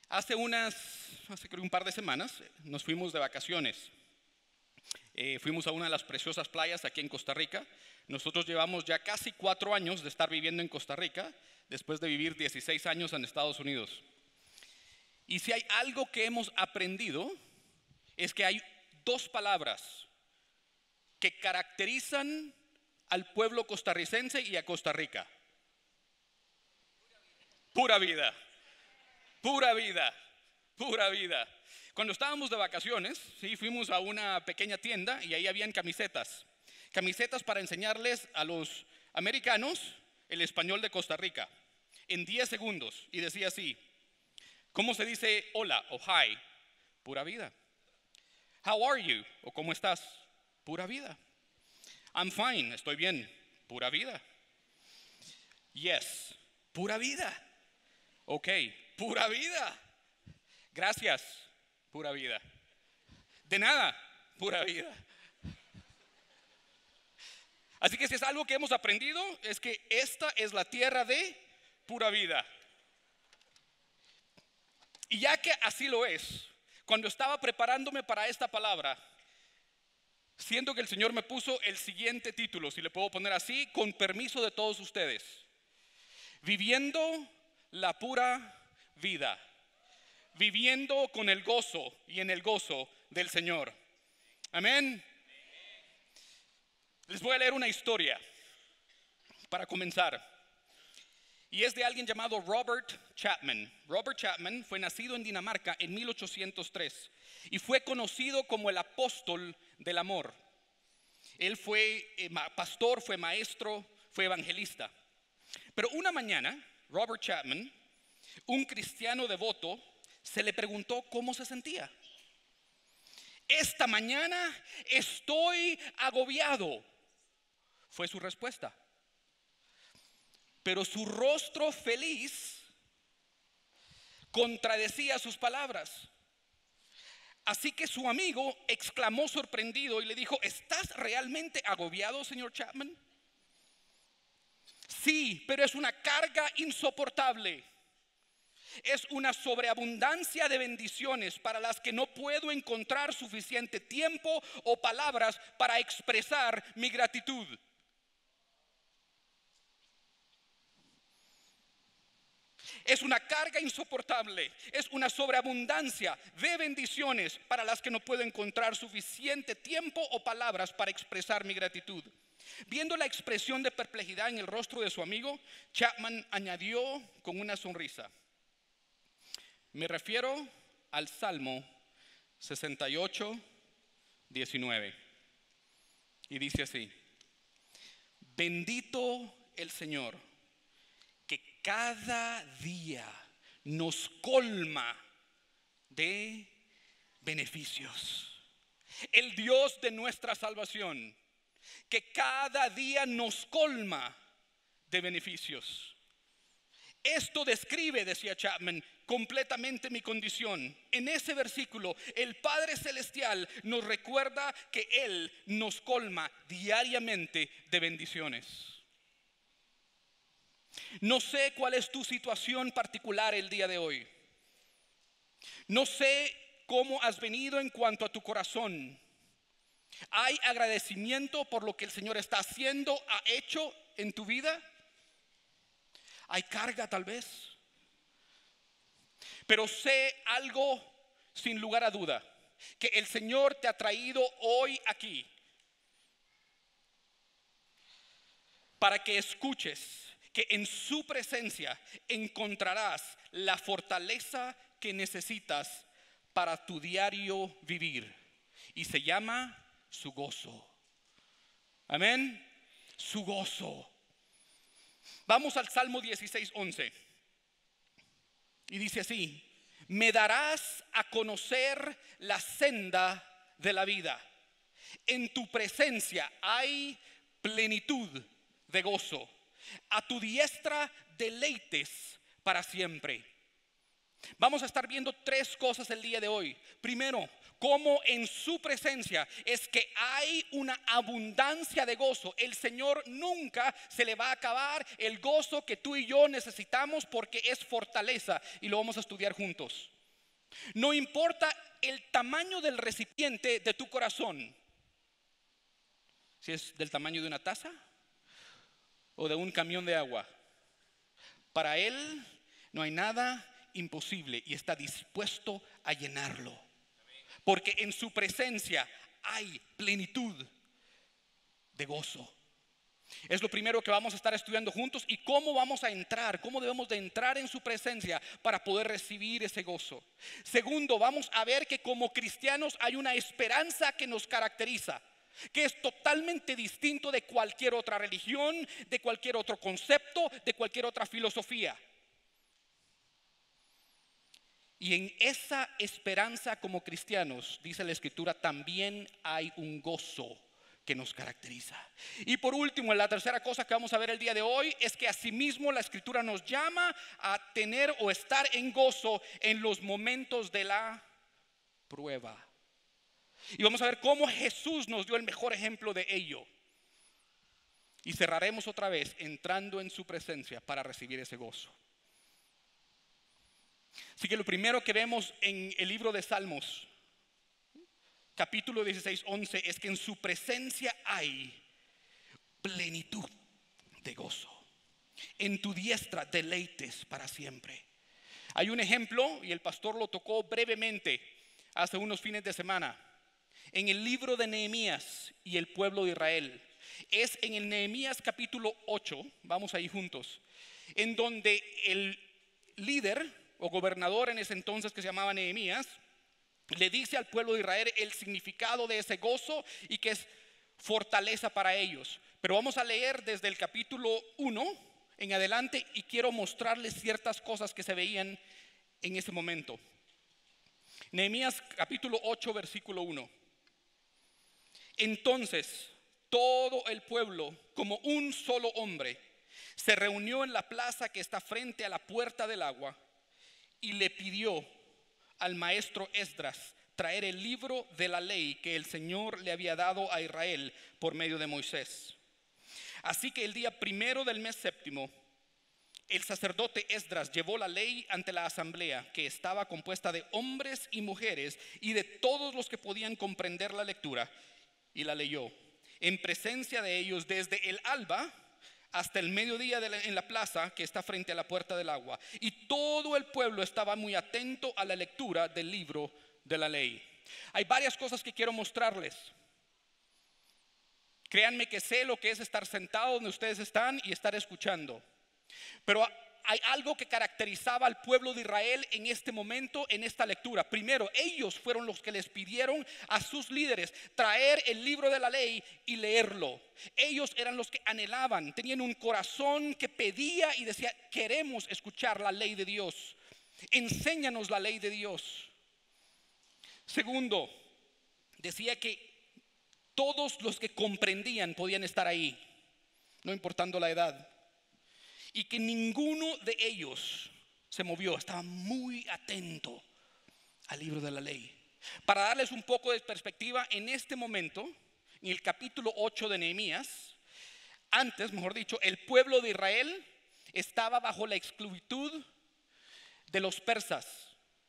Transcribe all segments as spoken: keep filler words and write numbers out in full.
Hace unas, hace creo un par de semanas, nos fuimos de vacaciones. Eh, fuimos a una de las preciosas playas aquí en Costa Rica. Nosotros llevamos ya casi cuatro años de estar viviendo en Costa Rica, después de vivir dieciséis años en Estados Unidos. Y si hay algo que hemos aprendido, es que hay dos palabras que caracterizan al pueblo costarricense y a Costa Rica. Pura vida. Pura vida, pura vida. Cuando estábamos de vacaciones, sí, fuimos a una pequeña tienda y ahí habían camisetas. Camisetas para enseñarles a los americanos el español de Costa Rica en diez segundos. Y decía así: ¿cómo se dice hola o hi? Pura vida. How are you? O ¿cómo estás? Pura vida. I'm fine, estoy bien. Pura vida. Yes, pura vida. Ok, pura vida. Gracias, pura vida. De nada, pura vida. Así que si es algo que hemos aprendido, es que esta es la tierra de pura vida. Y ya que así lo es, cuando estaba preparándome para esta palabra, siento que el Señor me puso el siguiente título, si le puedo poner así, con permiso de todos ustedes: Viviendo la pura vida, viviendo con el gozo y en el gozo del Señor. Amén. Les voy a leer una historia para comenzar. Y es de alguien llamado Robert Chapman. Robert Chapman fue nacido en Dinamarca en mil ochocientos tres y fue conocido como el apóstol del amor. Él fue eh, pastor, fue maestro, fue evangelista. Pero una mañana, Robert Chapman, un cristiano devoto, se le preguntó cómo se sentía. Esta mañana estoy agobiado, fue su respuesta. Pero su rostro feliz contradecía sus palabras. Así que su amigo exclamó sorprendido y le dijo: ¿estás realmente agobiado, señor Chapman? Sí, pero es una carga insoportable. Es una sobreabundancia de bendiciones para las que no puedo encontrar suficiente tiempo o palabras para expresar mi gratitud. Es una carga insoportable, es una sobreabundancia de bendiciones para las que no puedo encontrar suficiente tiempo o palabras para expresar mi gratitud. Viendo la expresión de perplejidad en el rostro de su amigo, Chapman añadió con una sonrisa: me refiero al Salmo sesenta y ocho, diecinueve. Y dice así: bendito el Señor, que cada día nos colma de beneficios. El Dios de nuestra salvación, que cada día nos colma de beneficios. Esto describe, decía Chapman, completamente mi condición. En ese versículo, el Padre Celestial nos recuerda que Él nos colma diariamente de bendiciones. No sé cuál es tu situación particular el día de hoy. No sé cómo has venido en cuanto a tu corazón. ¿Hay agradecimiento por lo que el Señor está haciendo, ha hecho en tu vida? ¿Hay carga tal vez? Pero sé algo sin lugar a duda: que el Señor te ha traído hoy aquí para que escuches que en su presencia encontrarás la fortaleza que necesitas para tu diario vivir. Y se llama su gozo. Amén. Su gozo. Vamos al Salmo dieciséis, once. Y dice así: me darás a conocer la senda de la vida. En tu presencia hay plenitud de gozo. A tu diestra deleites para siempre. Vamos a estar viendo tres cosas el día de hoy. Primero, cómo en su presencia es que hay una abundancia de gozo. El Señor nunca se le va a acabar el gozo que tú y yo necesitamos, porque es fortaleza, y lo vamos a estudiar juntos. No importa el tamaño del recipiente de tu corazón, si es del tamaño de una taza o de un camión de agua. Para Él no hay nada imposible y está dispuesto a llenarlo. Porque en su presencia hay plenitud de gozo. Es lo primero que vamos a estar estudiando juntos, y cómo vamos a entrar, cómo debemos de entrar en su presencia para poder recibir ese gozo. Segundo, vamos a ver que como cristianos hay una esperanza que nos caracteriza, que es totalmente distinto de cualquier otra religión, de cualquier otro concepto, de cualquier otra filosofía. Y en esa esperanza como cristianos, dice la Escritura, también hay un gozo que nos caracteriza. Y por último, la tercera cosa que vamos a ver el día de hoy es que asimismo la Escritura nos llama a tener o estar en gozo en los momentos de la prueba. Y vamos a ver cómo Jesús nos dio el mejor ejemplo de ello. Y cerraremos otra vez entrando en su presencia para recibir ese gozo. Así que lo primero que vemos en el libro de Salmos, capítulo dieciséis, once, es que en su presencia hay plenitud de gozo. En tu diestra deleites para siempre. Hay un ejemplo, y el pastor lo tocó brevemente hace unos fines de semana, en el libro de Nehemías y el pueblo de Israel. Es en el Nehemías capítulo ocho, vamos ahí juntos, en donde el líder o gobernador en ese entonces, que se llamaba Nehemías, le dice al pueblo de Israel el significado de ese gozo y que es fortaleza para ellos. Pero vamos a leer desde el capítulo uno en adelante, y quiero mostrarles ciertas cosas que se veían en ese momento. Nehemías capítulo ocho, versículo uno. Entonces todo el pueblo, como un solo hombre, se reunió en la plaza que está frente a la puerta del agua, y le pidió al maestro Esdras traer el libro de la ley que el Señor le había dado a Israel por medio de Moisés. Así que el día primero del mes séptimo, el sacerdote Esdras llevó la ley ante la asamblea, que estaba compuesta de hombres y mujeres y de todos los que podían comprender la lectura, y la leyó en presencia de ellos desde el alba hasta el mediodía de la, en la plaza que está frente a la puerta del agua. Y todo el pueblo estaba muy atento a la lectura del libro de la ley. Hay varias cosas que quiero mostrarles. Créanme que sé lo que es estar sentado donde ustedes están y estar escuchando. Pero hay algo que caracterizaba al pueblo de Israel en este momento, en esta lectura. Primero, ellos fueron los que les pidieron a sus líderes traer el libro de la ley y leerlo. Ellos eran los que anhelaban, tenían un corazón que pedía y decía: queremos escuchar la ley de Dios, enséñanos la ley de Dios. Segundo, decía que todos los que comprendían podían estar ahí, no importando la edad. Y que ninguno de ellos se movió, estaba muy atento al libro de la ley. Para darles un poco de perspectiva, en este momento, en el capítulo ocho de Nehemías, antes, mejor dicho, el pueblo de Israel estaba bajo la esclavitud de los persas.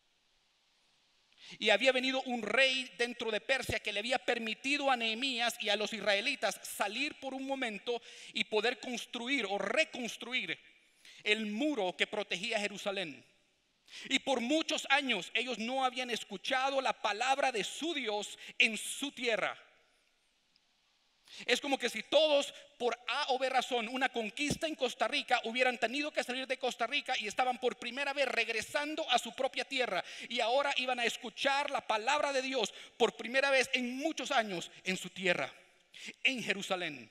Y había venido un rey dentro de Persia que le había permitido a Nehemías y a los israelitas salir por un momento y poder construir o reconstruir el muro que protegía Jerusalén. Y por muchos años ellos no habían escuchado la palabra de su Dios en su tierra. Es como que si todos, por A o B razón, una conquista en Costa Rica, hubieran tenido que salir de Costa Rica y estaban por primera vez regresando a su propia tierra, y ahora iban a escuchar la palabra de Dios por primera vez en muchos años en su tierra, en Jerusalén.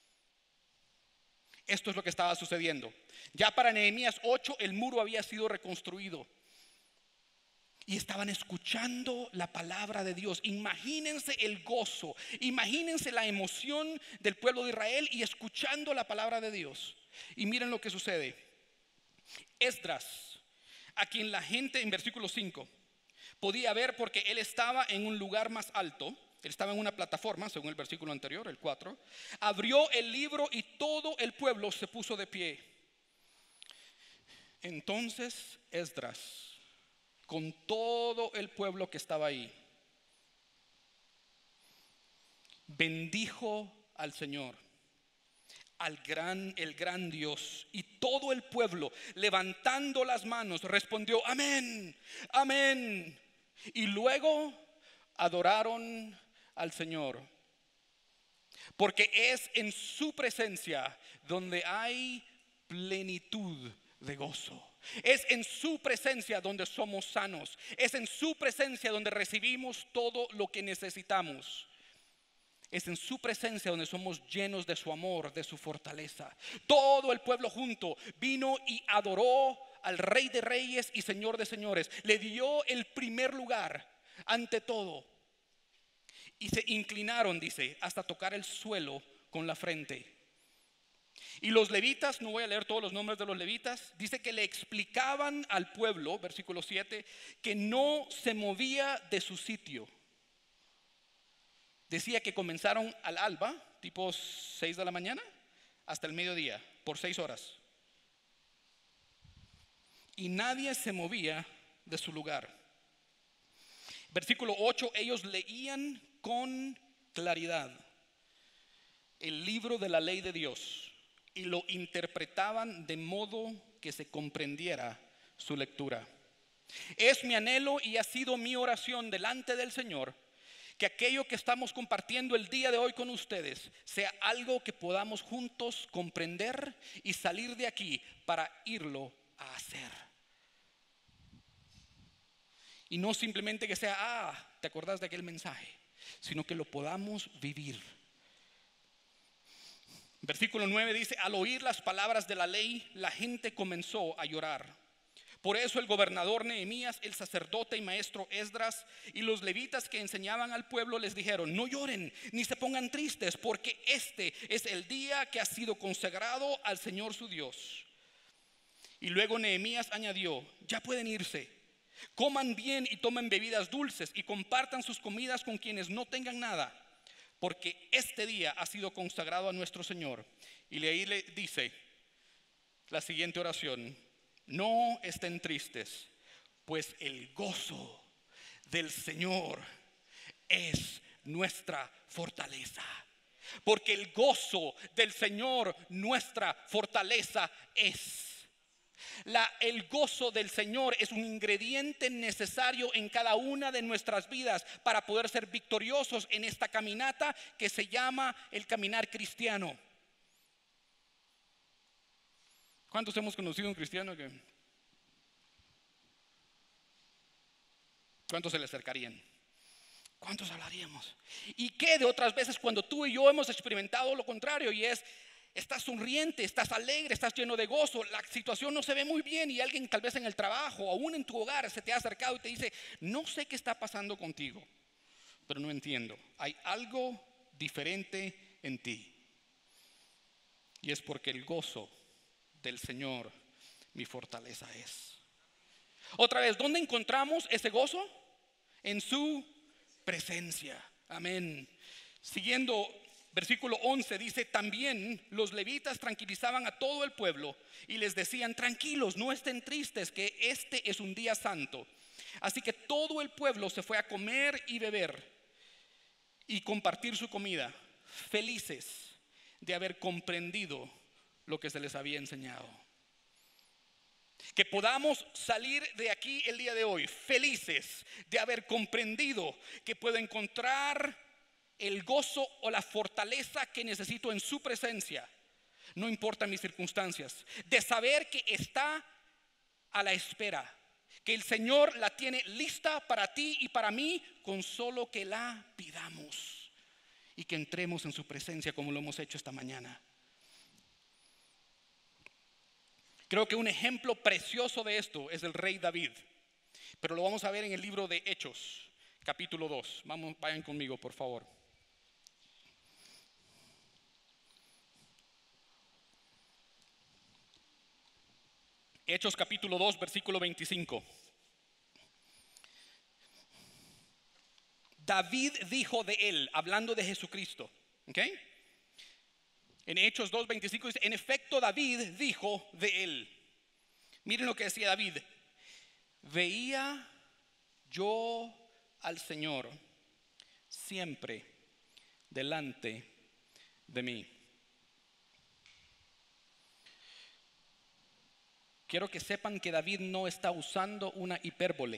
Esto es lo que estaba sucediendo. Ya para Nehemías ocho el muro había sido reconstruido y estaban escuchando la palabra de Dios. Imagínense el gozo, imagínense la emoción del pueblo de Israel y escuchando la palabra de Dios. Y miren lo que sucede. Esdras, a quien la gente, en versículo cinco, podía ver porque él estaba en un lugar más alto, él estaba en una plataforma, según el versículo anterior, el cuatro, abrió el libro y todo el pueblo se puso de pie. Entonces Esdras con todo el pueblo que estaba ahí, bendijo al Señor, al gran, el gran Dios, y todo el pueblo, levantando las manos, respondió: amén, amén. Y luego adoraron al Señor, porque es en su presencia donde hay plenitud de gozo. Es en su presencia donde somos sanos. Es en su presencia donde recibimos todo lo que necesitamos. Es en su presencia donde somos llenos de su amor, de su fortaleza. Todo el pueblo junto vino y adoró al Rey de Reyes y Señor de Señores. Le dio el primer lugar ante todo. Y se inclinaron, dice, hasta tocar el suelo con la frente. Y los levitas, no voy a leer todos los nombres de los levitas, dice que le explicaban al pueblo, versículo siete, que no se movía de su sitio. Decía que comenzaron al alba, tipo seis de la mañana, hasta el mediodía, por seis horas. Y nadie se movía de su lugar. Versículo ocho, ellos leían con claridad el libro de la ley de Dios y lo interpretaban de modo que se comprendiera su lectura. Es mi anhelo y ha sido mi oración delante del Señor que aquello que estamos compartiendo el día de hoy con ustedes sea algo que podamos juntos comprender y salir de aquí para irlo a hacer. Y no simplemente que sea, ah, ¿te acordás de aquel mensaje? Sino que lo podamos vivir. Versículo nueve dice: al oír las palabras de la ley, la gente comenzó a llorar. Por eso el gobernador Nehemías, el sacerdote y maestro Esdras y los levitas que enseñaban al pueblo les dijeron: no lloren ni se pongan tristes, porque este es el día que ha sido consagrado al Señor su Dios. Y luego Nehemías añadió: ya pueden irse, coman bien y tomen bebidas dulces y compartan sus comidas con quienes no tengan nada, porque este día ha sido consagrado a nuestro Señor. Y ahí le dice la siguiente oración: no estén tristes, pues el gozo del Señor es nuestra fortaleza. Porque el gozo del Señor nuestra fortaleza es. La, el gozo del Señor es un ingrediente necesario en cada una de nuestras vidas para poder ser victoriosos en esta caminata que se llama el caminar cristiano. ¿Cuántos hemos conocido un cristiano que... ¿Cuántos se le acercarían? ¿Cuántos hablaríamos? ¿Y qué de otras veces cuando tú y yo hemos experimentado lo contrario? Y es, estás sonriente, estás alegre, estás lleno de gozo, la situación no se ve muy bien y alguien tal vez en el trabajo o aún en tu hogar se te ha acercado y te dice: no sé qué está pasando contigo, pero no entiendo, hay algo diferente en ti. Y es porque el gozo del Señor mi fortaleza es. Otra vez, ¿dónde encontramos ese gozo? En su presencia. Amén. Siguiendo, versículo once dice: también los levitas tranquilizaban a todo el pueblo y les decían: tranquilos, no estén tristes, que este es un día santo. Así que todo el pueblo se fue a comer y beber y compartir su comida, felices de haber comprendido lo que se les había enseñado. Que podamos salir de aquí el día de hoy felices de haber comprendido que puedo encontrar el gozo o la fortaleza que necesito en su presencia, no importa mis circunstancias, de saber que está a la espera, que el Señor la tiene lista para ti y para mí, con solo que la pidamos y que entremos en su presencia como lo hemos hecho esta mañana. Creo que un ejemplo precioso de esto es el rey David, pero lo vamos a ver en el libro de Hechos, capítulo dos. Vamos, vayan conmigo, por favor. Hechos capítulo dos, versículo veinticinco. David dijo de él, hablando de Jesucristo, ¿ok? En Hechos dos, veinticinco dice: en efecto David dijo de él. Miren lo que decía David: veía yo al Señor siempre delante de mí. Quiero que sepan que David no está usando una hipérbole.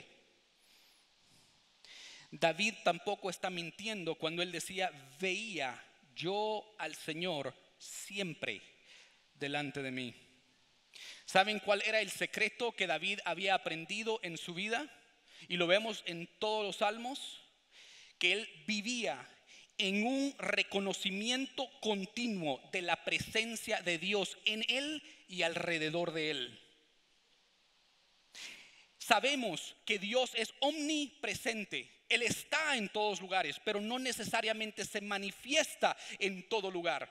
David tampoco está mintiendo cuando él decía, veía yo al Señor siempre delante de mí. ¿Saben cuál era el secreto que David había aprendido en su vida? Y lo vemos en todos los salmos, que él vivía en un reconocimiento continuo de la presencia de Dios en él y alrededor de él. Sabemos que Dios es omnipresente. Él está en todos lugares, pero no necesariamente se manifiesta en todo lugar.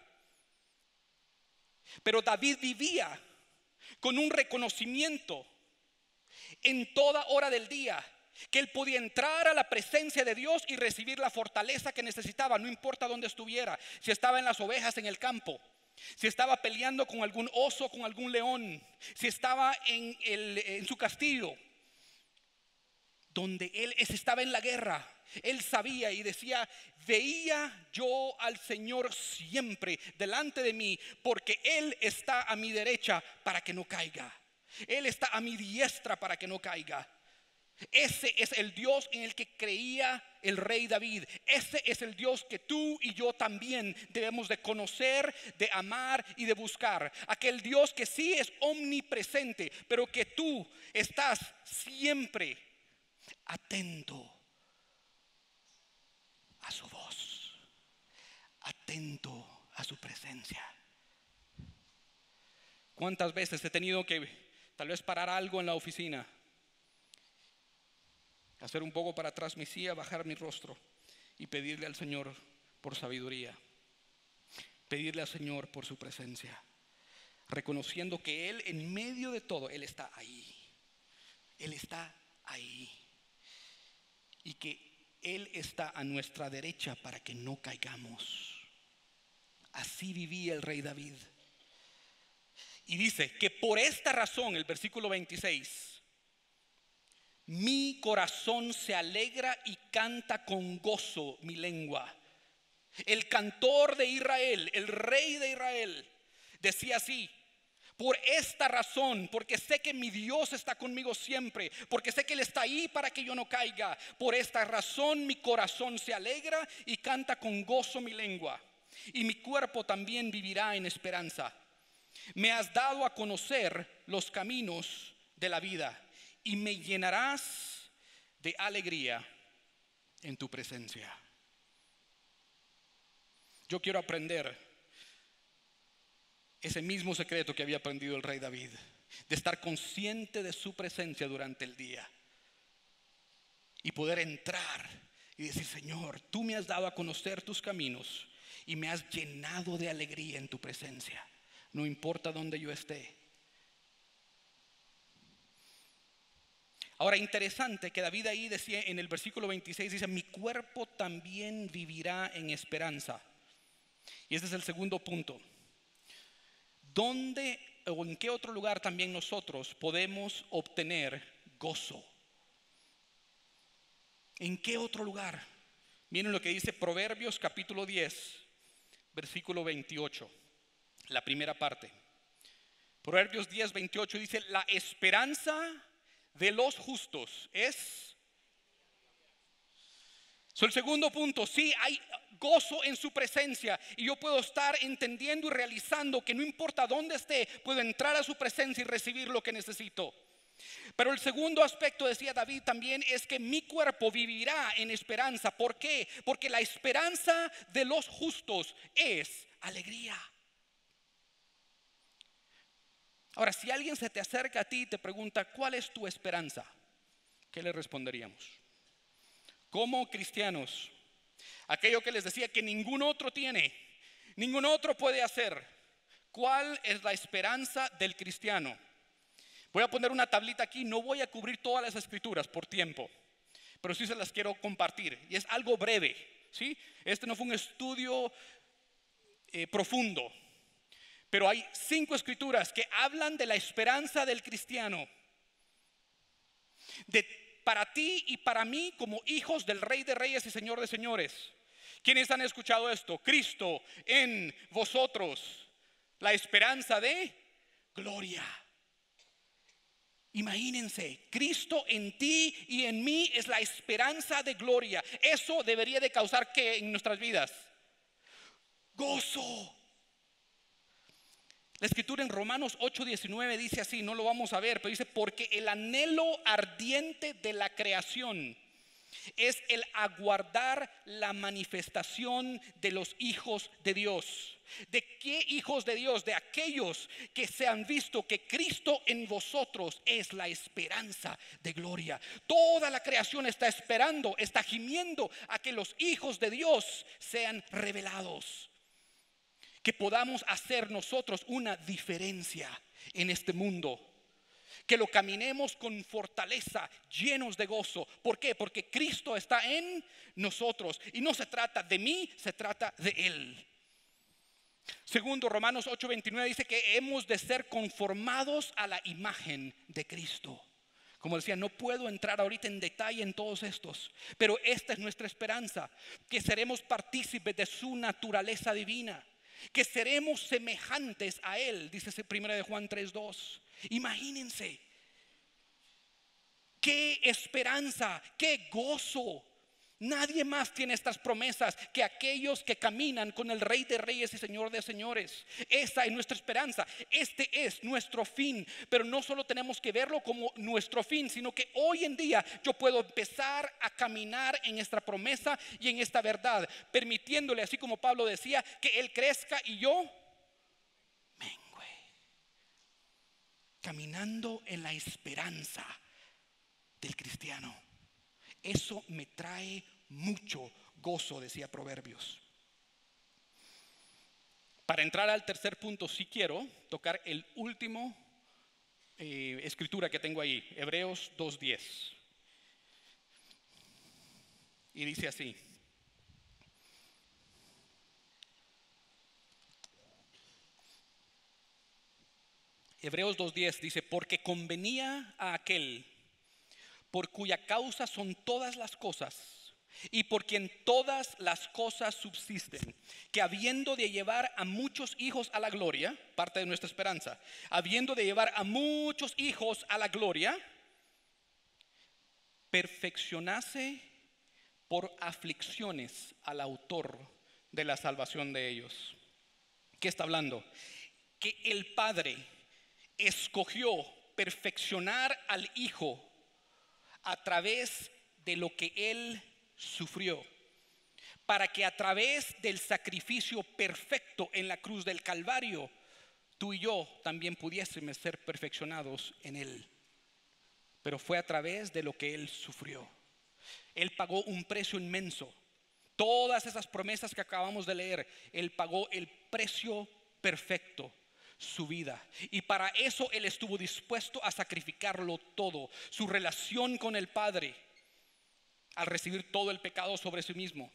Pero David vivía con un reconocimiento en toda hora del día, que él podía entrar a la presencia de Dios y recibir la fortaleza que necesitaba, no importa dónde estuviera. Si estaba en las ovejas en el campo, si estaba peleando con algún oso, con algún león, si estaba en, el, en su castillo, donde él estaba en la guerra, él sabía y decía, veía yo al Señor siempre delante de mí, porque Él está a mi derecha para que no caiga. Él está a mi diestra para que no caiga. Ese es el Dios en el que creía el rey David. Ese es el Dios que tú y yo también debemos de conocer, de amar y de buscar. Aquel Dios que sí es omnipresente, pero que tú estás siempre atento a su voz, atento a su presencia. ¿Cuántas veces he tenido que tal vez parar algo en la oficina, hacer un poco para atrás mi silla, bajar mi rostro y pedirle al Señor por sabiduría, pedirle al Señor por su presencia, reconociendo que Él en medio de todo, Él está ahí, Él está ahí, y que Él está a nuestra derecha para que no caigamos. Así vivía el rey David. Y dice que por esta razón, el versículo veintiséis, mi corazón se alegra y canta con gozo mi lengua. El cantor de Israel, el rey de Israel, decía así: por esta razón, porque sé que mi Dios está conmigo siempre, porque sé que Él está ahí para que yo no caiga, por esta razón mi corazón se alegra y canta con gozo mi lengua, y mi cuerpo también vivirá en esperanza. Me has dado a conocer los caminos de la vida, y me llenarás de alegría en tu presencia. Yo quiero aprender ese mismo secreto que había aprendido el rey David, de estar consciente de su presencia durante el día y poder entrar y decir: Señor, tú me has dado a conocer tus caminos y me has llenado de alegría en tu presencia, no importa dónde yo esté. Ahora, interesante que David ahí decía en el versículo veintiséis, dice: mi cuerpo también vivirá en esperanza. Y este es el segundo punto. ¿Dónde o en qué otro lugar también nosotros podemos obtener gozo? ¿En qué otro lugar? Miren lo que dice Proverbios capítulo diez, versículo veintiocho, la primera parte. Proverbios diez, veintiocho dice: la esperanza de los justos es... So, el segundo punto, sí hay gozo en su presencia, y yo puedo estar entendiendo y realizando que no importa dónde esté, puedo entrar a su presencia y recibir lo que necesito. Pero el segundo aspecto, decía David también, es que mi cuerpo vivirá en esperanza. ¿Por qué? Porque la esperanza de los justos es alegría. Ahora, si alguien se te acerca a ti y te pregunta: ¿cuál es tu esperanza?, ¿qué le responderíamos? Como cristianos, aquello que les decía que ningún otro tiene, ningún otro puede hacer. ¿Cuál es la esperanza del cristiano? Voy a poner una tablita aquí, no voy a cubrir todas las escrituras por tiempo, pero sí se las quiero compartir, y es algo breve, ¿sí? Este no fue un estudio eh, profundo, pero hay cinco escrituras que hablan de la esperanza del cristiano, de para ti y para mí como hijos del Rey de Reyes y Señor de Señores. ¿Quiénes han escuchado esto? Cristo en vosotros, la esperanza de gloria. Imagínense, Cristo en ti y en mí es la esperanza de gloria. Eso debería de causar ¿qué en nuestras vidas? Gozo. La escritura en Romanos ocho diecinueve dice así, no lo vamos a ver, pero dice: porque el anhelo ardiente de la creación es el aguardar la manifestación de los hijos de Dios. ¿De qué hijos de Dios? De aquellos que se han visto que Cristo en vosotros es la esperanza de gloria. Toda la creación está esperando, está gimiendo a que los hijos de Dios sean revelados, que podamos hacer nosotros una diferencia en este mundo, que lo caminemos con fortaleza, llenos de gozo. ¿Por qué? Porque Cristo está en nosotros y no se trata de mí, se trata de Él. Segundo, Romanos ocho veintinueve dice que hemos de ser conformados a la imagen de Cristo. Como decía, no puedo entrar ahorita en detalle en todos estos, pero esta es nuestra esperanza, que seremos partícipes de su naturaleza divina, que seremos semejantes a Él, dice primera de Juan tres dos. Imagínense, qué esperanza, qué gozo. Nadie más tiene estas promesas que aquellos que caminan con el Rey de Reyes y Señor de Señores. Esa es nuestra esperanza, este es nuestro fin. Pero no solo tenemos que verlo como nuestro fin, sino que hoy en día yo puedo empezar a caminar en esta promesa y en esta verdad, permitiéndole, así como Pablo decía, que Él crezca y yo mengue. Caminando en la esperanza del cristiano. Eso me trae mucho gozo, decía Proverbios. Para entrar al tercer punto, sí quiero tocar el último eh, escritura que tengo ahí, Hebreos dos diez. Y dice así: Hebreos dos diez dice: porque convenía a aquel por cuya causa son todas las cosas y por quien todas las cosas subsisten, que habiendo de llevar a muchos hijos a la gloria, parte de nuestra esperanza, habiendo de llevar a muchos hijos a la gloria, perfeccionase por aflicciones al autor de la salvación de ellos. ¿Qué está hablando? Que el Padre escogió perfeccionar al Hijo a través de lo que Él sufrió, para que a través del sacrificio perfecto en la cruz del Calvario, tú y yo también pudiésemos ser perfeccionados en Él. Pero fue a través de lo que Él sufrió. Él pagó un precio inmenso. Todas esas promesas que acabamos de leer, Él pagó el precio perfecto, su vida. Y para eso Él estuvo dispuesto a sacrificarlo todo. Su relación con el Padre, al recibir todo el pecado sobre sí mismo.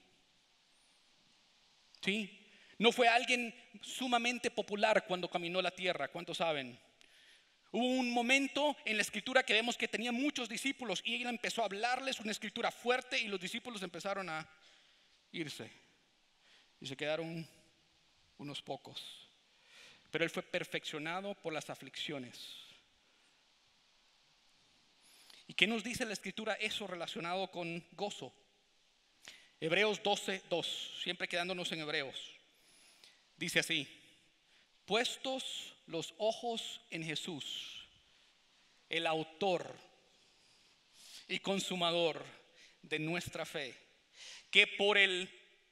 ¿Sí? No fue alguien sumamente popular cuando caminó la tierra. ¿Cuántos saben? Hubo un momento en la escritura que vemos que tenía muchos discípulos y Él empezó a hablarles una escritura fuerte y los discípulos empezaron a irse y se quedaron unos pocos. Pero Él fue perfeccionado por las aflicciones. ¿Y qué nos dice la escritura eso relacionado con gozo? Hebreos doce dos, siempre quedándonos en Hebreos. Dice así: puestos los ojos en Jesús, el autor y consumador de nuestra fe, que por el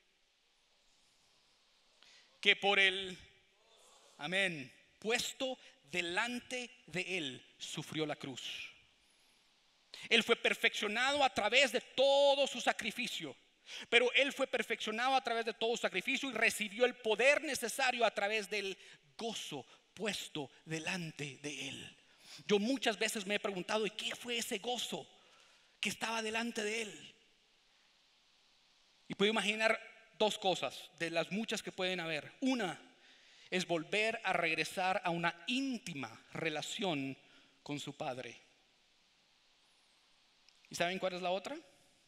que por el amén, puesto delante de Él, sufrió la cruz. Él fue perfeccionado a través de todo su sacrificio, pero Él fue perfeccionado a través de todo su sacrificio y recibió el poder necesario a través del gozo puesto delante de Él. Yo muchas veces me he preguntado, ¿y qué fue ese gozo que estaba delante de Él? Y puedo imaginar dos cosas de las muchas que pueden haber. Una es volver a regresar a una íntima relación con su Padre. ¿Y saben cuál es la otra?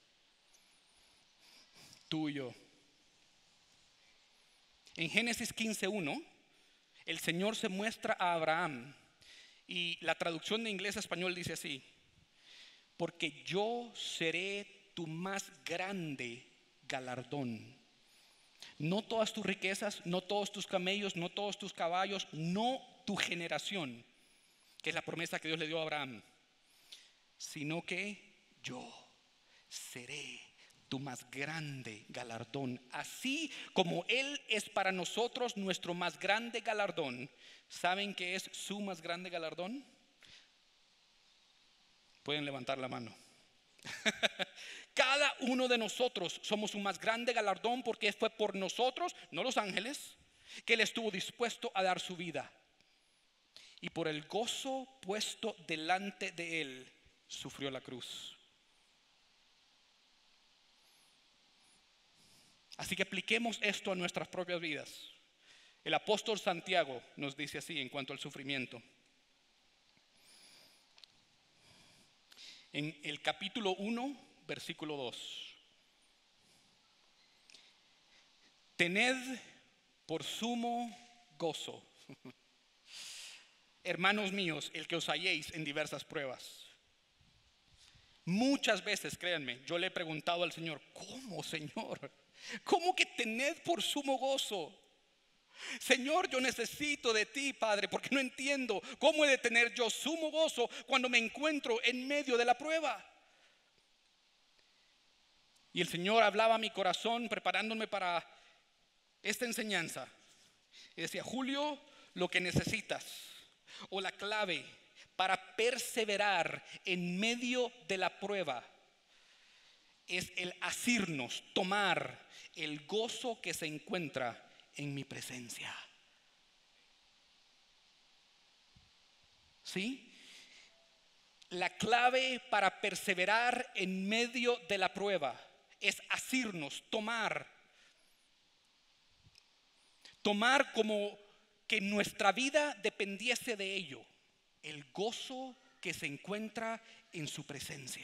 Tú y yo. En Génesis quince uno, el Señor se muestra a Abraham y la traducción de inglés a español dice así: porque yo seré tu más grande galardón. No todas tus riquezas, no todos tus camellos, no todos tus caballos, no tu generación, que es la promesa que Dios le dio a Abraham, sino que yo seré tu más grande galardón. Así como Él es para nosotros nuestro más grande galardón, ¿saben qué es su más grande galardón? Pueden levantar la mano. Cada uno de nosotros somos su más grande galardón, porque fue por nosotros, no los ángeles, que Él estuvo dispuesto a dar su vida. Y por el gozo puesto delante de Él, sufrió la cruz. Así que apliquemos esto a nuestras propias vidas. El apóstol Santiago nos dice así en cuanto al sufrimiento. En el capítulo uno, versículo dos. Tened por sumo gozo, hermanos míos, el que os halléis en diversas pruebas. Muchas veces, créanme, yo le he preguntado al Señor: ¿cómo, Señor? ¿Cómo que tened por sumo gozo? Señor, yo necesito de ti, Padre, porque no entiendo cómo he de tener yo sumo gozo cuando me encuentro en medio de la prueba. Y el Señor hablaba a mi corazón preparándome para esta enseñanza. Y decía: Julio, lo que necesitas, o la clave para perseverar en medio de la prueba, es el asirnos, tomar el gozo que se encuentra en mi presencia. ¿Sí? La clave para perseverar en medio de la prueba es asirnos, tomar. Tomar como que nuestra vida dependiese de ello, el gozo que se encuentra en su presencia.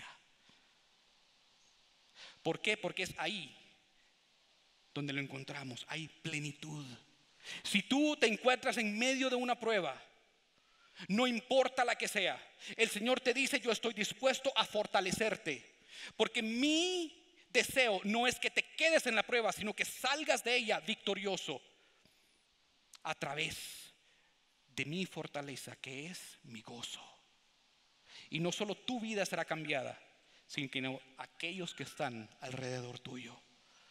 ¿Por qué? Porque es ahí donde lo encontramos, hay plenitud. Si tú te encuentras en medio de una prueba, no importa la que sea, el Señor te dice: yo estoy dispuesto a fortalecerte, porque mi deseo no es que te quedes en la prueba, sino que salgas de ella victorioso a través de mi fortaleza, que es mi gozo. Y no solo tu vida será cambiada, sino que aquellos que están alrededor tuyo.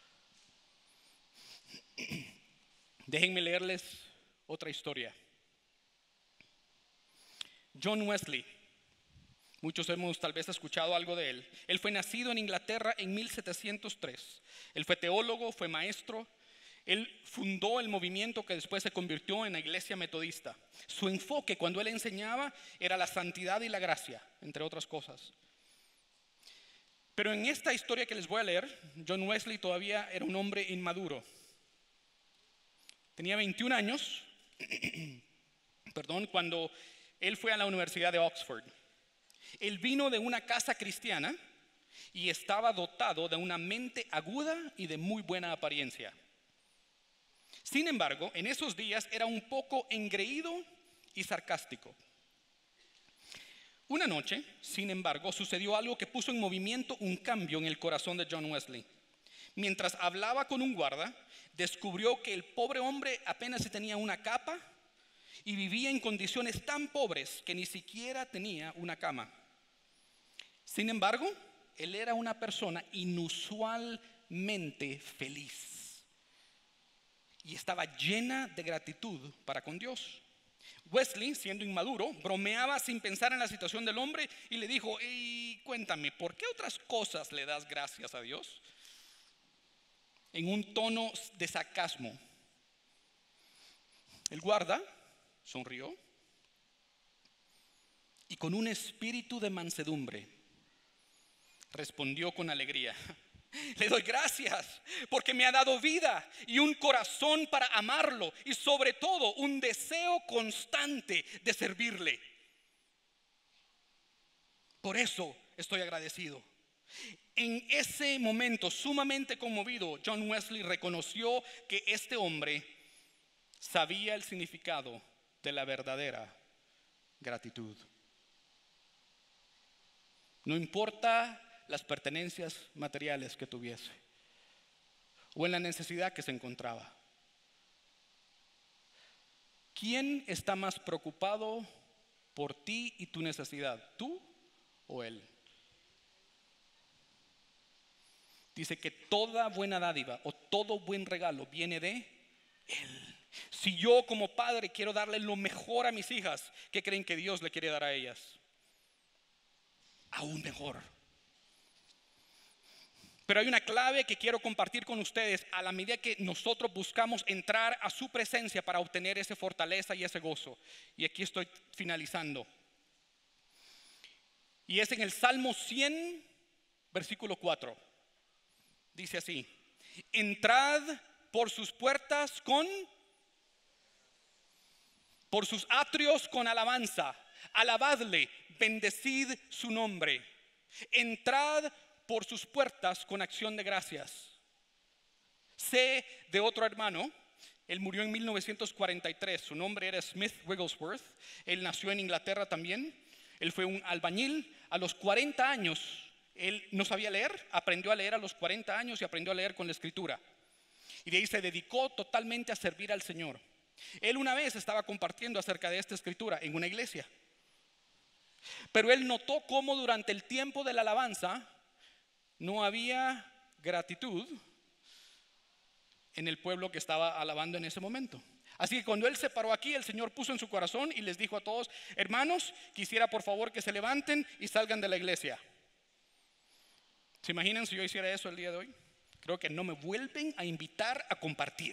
Déjenme leerles otra historia. John Wesley, muchos hemos tal vez escuchado algo de él. Él fue nacido en Inglaterra en mil setecientos tres. Él fue teólogo, fue maestro. Él fundó el movimiento que después se convirtió en la iglesia metodista. Su enfoque cuando él enseñaba era la santidad y la gracia, entre otras cosas. Pero en esta historia que les voy a leer, John Wesley todavía era un hombre inmaduro. Tenía veintiún años, perdón, cuando él fue a la Universidad de Oxford. Él vino de una casa cristiana y estaba dotado de una mente aguda y de muy buena apariencia. Sin embargo, en esos días era un poco engreído y sarcástico. Una noche, sin embargo, sucedió algo que puso en movimiento un cambio en el corazón de John Wesley. Mientras hablaba con un guarda, descubrió que el pobre hombre apenas si tenía una capa y vivía en condiciones tan pobres que ni siquiera tenía una cama. Sin embargo, él era una persona inusualmente feliz y estaba llena de gratitud para con Dios. Wesley, siendo inmaduro, bromeaba sin pensar en la situación del hombre y le dijo: hey, cuéntame, ¿por qué otras cosas le das gracias a Dios? En un tono de sarcasmo. El guarda sonrió y con un espíritu de mansedumbre respondió con alegría: le doy gracias porque me ha dado vida y un corazón para amarlo, y sobre todo un deseo constante de servirle. Por eso estoy agradecido. En ese momento, sumamente conmovido, John Wesley reconoció que este hombre sabía el significado de la verdadera gratitud. No importa las pertenencias materiales que tuviese o en la necesidad que se encontraba. ¿Quién está más preocupado por ti y tu necesidad? ¿Tú o él? Dice que toda buena dádiva o todo buen regalo viene de él. Si yo como padre quiero darle lo mejor a mis hijas, ¿qué creen que Dios le quiere dar a ellas? Aún mejor. Pero hay una clave que quiero compartir con ustedes a la medida que nosotros buscamos entrar a su presencia para obtener esa fortaleza y ese gozo. Y aquí estoy finalizando. Y es en el Salmo cien, versículo cuatro. Dice así: entrad por sus puertas con, por sus atrios con alabanza, alabadle, bendecid su nombre. Entrad por sus puertas con acción de gracias. Sé de otro hermano, él murió en mil novecientos cuarenta y tres, su nombre era Smith Wigglesworth, él nació en Inglaterra también, él fue un albañil. A los cuarenta años, él no sabía leer, aprendió a leer a los cuarenta años y aprendió a leer con la escritura. Y de ahí se dedicó totalmente a servir al Señor. Él una vez estaba compartiendo acerca de esta escritura en una iglesia. Pero él notó cómo durante el tiempo de la alabanza no había gratitud en el pueblo que estaba alabando en ese momento. Así que cuando él se paró aquí, el Señor puso en su corazón y les dijo a todos: hermanos, quisiera por favor que se levanten y salgan de la iglesia. ¿Se imaginan si yo hiciera eso el día de hoy? Creo que no me vuelven a invitar a compartir.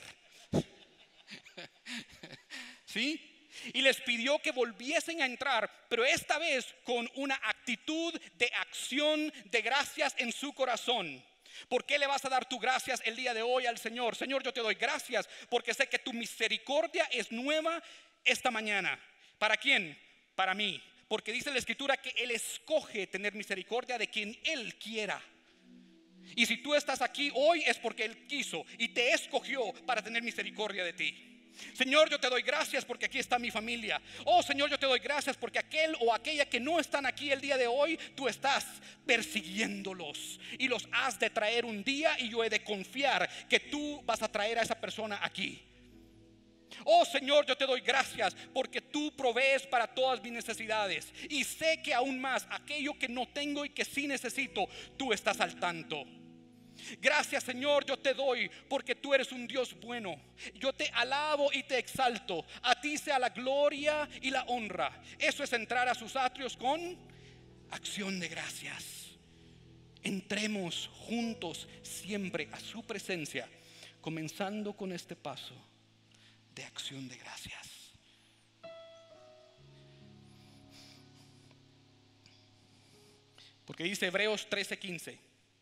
¿Sí? Y les pidió que volviesen a entrar, pero esta vez con una actitud de acción de gracias en su corazón. ¿Por qué le vas a dar tu gracias el día de hoy al Señor? Señor, yo te doy gracias porque sé que tu misericordia es nueva esta mañana. ¿Para quién? Para mí. Porque dice la escritura que Él escoge tener misericordia de quien Él quiera. Y si tú estás aquí hoy es porque Él quiso y te escogió para tener misericordia de ti. Señor, yo te doy gracias porque aquí está mi familia. Oh Señor, yo te doy gracias porque aquel o aquella que no están aquí el día de hoy, tú estás persiguiéndolos y los has de traer un día, y yo he de confiar que tú vas a traer a esa persona aquí. Oh Señor, yo te doy gracias porque tú provees para todas mis necesidades, y sé que aún más aquello que no tengo y que sí necesito, tú estás al tanto. Gracias Señor, yo te doy porque tú eres un Dios bueno. Yo te alabo y te exalto. A ti sea la gloria y la honra. Eso es entrar a sus atrios con acción de gracias. Entremos juntos siempre a su presencia, comenzando con este paso de acción de gracias. Porque dice Hebreos trece quince: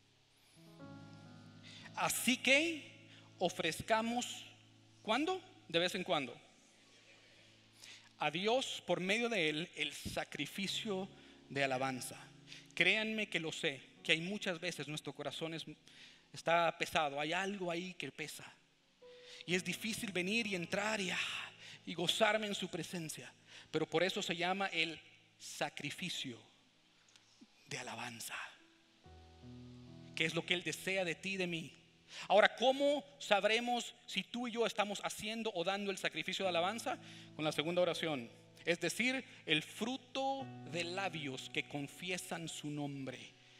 así que ofrezcamos, ¿cuándo? De vez en cuando, a Dios por medio de Él el sacrificio de alabanza. Créanme que lo sé, que hay muchas veces nuestro corazón es, está pesado, hay algo ahí que pesa. Y es difícil venir y entrar y, ah, y gozarme en su presencia. Pero por eso se llama el sacrificio de alabanza, que es lo que Él desea de ti y de mí. Ahora, ¿cómo sabremos si tú y yo estamos haciendo o dando el sacrificio de alabanza? Con la segunda oración, es decir, el fruto de labios que confiesan su nombre.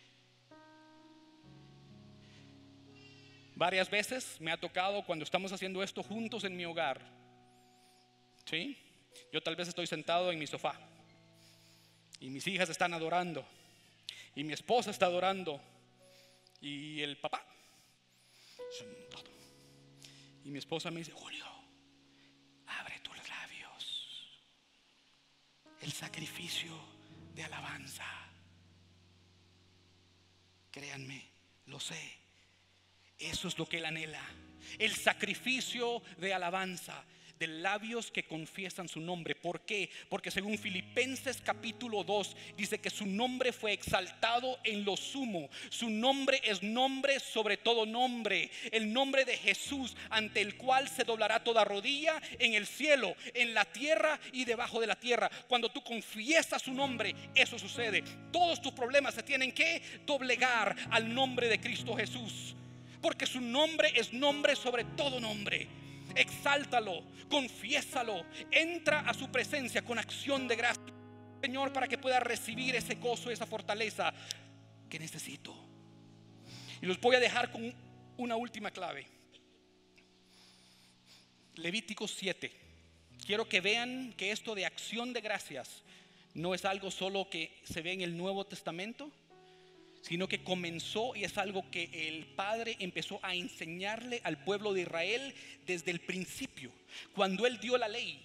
Varias veces me ha tocado cuando estamos haciendo esto juntos en mi hogar, ¿sí? Yo tal vez estoy sentado en mi sofá y mis hijas están adorando y mi esposa está adorando y el papá. Y mi esposa me dice: Julio, abre tus labios. El sacrificio de alabanza. Créanme, lo sé. Eso es lo que Él anhela. El sacrificio de alabanza. de labios que confiesan su nombre. ¿Por qué? Porque según Filipenses capítulo dos dice que su nombre fue exaltado en lo sumo. Su nombre es nombre sobre todo nombre, el nombre de Jesús, ante el cual se doblará toda rodilla en el cielo, en la tierra y debajo de la tierra. Cuando tú confiesas su nombre, eso sucede. Todos tus problemas se tienen que doblegar al nombre de Cristo Jesús, porque su nombre es nombre sobre todo nombre. Exáltalo, confiésalo, entra a su presencia con acción de gracia, Señor, para que pueda recibir ese gozo, esa fortaleza que necesito. Y los voy a dejar con una última clave. Levítico siete. Quiero que vean que esto de acción de gracias no es algo solo que se ve en el Nuevo Testamento, sino que comenzó y es algo que el Padre empezó a enseñarle al pueblo de Israel desde el principio. Cuando Él dio la ley,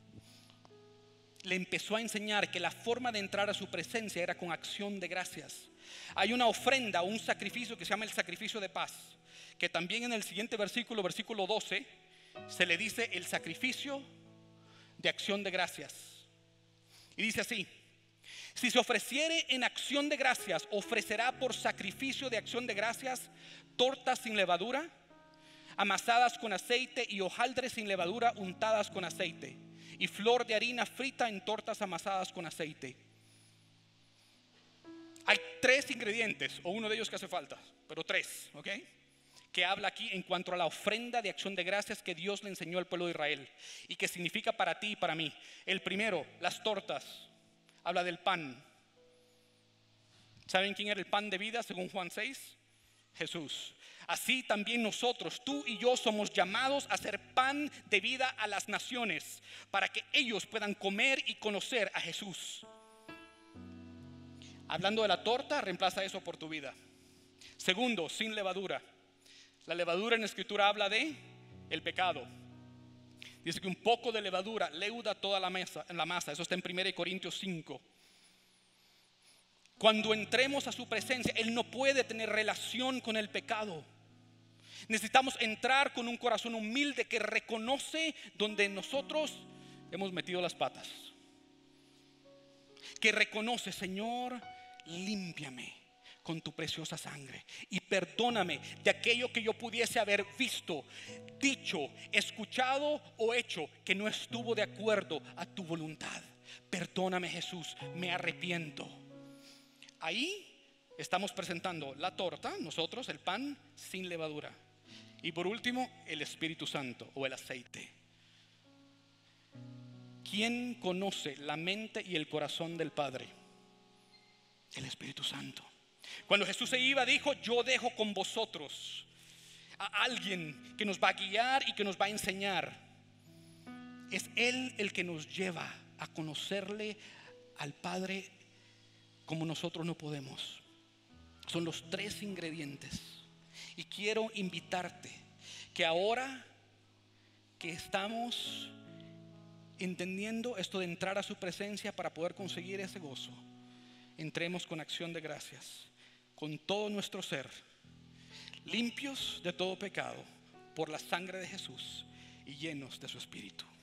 le empezó a enseñar que la forma de entrar a su presencia era con acción de gracias. Hay una ofrenda, un sacrificio que se llama el sacrificio de paz, que también en el siguiente versículo, versículo doce, se le dice el sacrificio de acción de gracias. Y dice así: si se ofreciere en acción de gracias, ofrecerá por sacrificio de acción de gracias tortas sin levadura, amasadas con aceite, y hojaldres sin levadura untadas con aceite, y flor de harina frita en tortas amasadas con aceite. Hay tres ingredientes, o uno de ellos que hace falta, pero tres, ¿ok? Que habla aquí en cuanto a la ofrenda de acción de gracias que Dios le enseñó al pueblo de Israel y que significa para ti y para mí. El primero, las tortas. Habla del pan. ¿Saben quién era el pan de vida según Juan seis? Jesús. Así también nosotros, tú y yo, somos llamados a ser pan de vida a las naciones, para que ellos puedan comer y conocer a Jesús. Hablando de la torta, reemplaza eso por tu vida. Segundo, sin levadura. La levadura en la escritura habla de el pecado. Dice que un poco de levadura leuda toda la masa, la masa. Eso está en primera Corintios cinco. Cuando entremos a su presencia, Él no puede tener relación con el pecado. Necesitamos entrar con un corazón humilde que reconoce donde nosotros hemos metido las patas. Que reconoce: Señor, límpiame con tu preciosa sangre y perdóname de aquello que yo pudiese haber visto, dicho, escuchado o hecho que no estuvo de acuerdo a tu voluntad. Perdóname, Jesús, me arrepiento. Ahí estamos presentando la torta, nosotros, el pan sin levadura, y por último el Espíritu Santo o el aceite. ¿Quién conoce la mente y el corazón del Padre? El Espíritu Santo. Cuando Jesús se iba, dijo: yo dejo con vosotros a alguien que nos va a guiar y que nos va a enseñar. Es Él el que nos lleva a conocerle al Padre como nosotros no podemos. Son los tres ingredientes. Y quiero invitarte que ahora que estamos entendiendo esto de entrar a su presencia para poder conseguir ese gozo, entremos con acción de gracias, con todo nuestro ser, limpios de todo pecado por la sangre de Jesús y llenos de su Espíritu.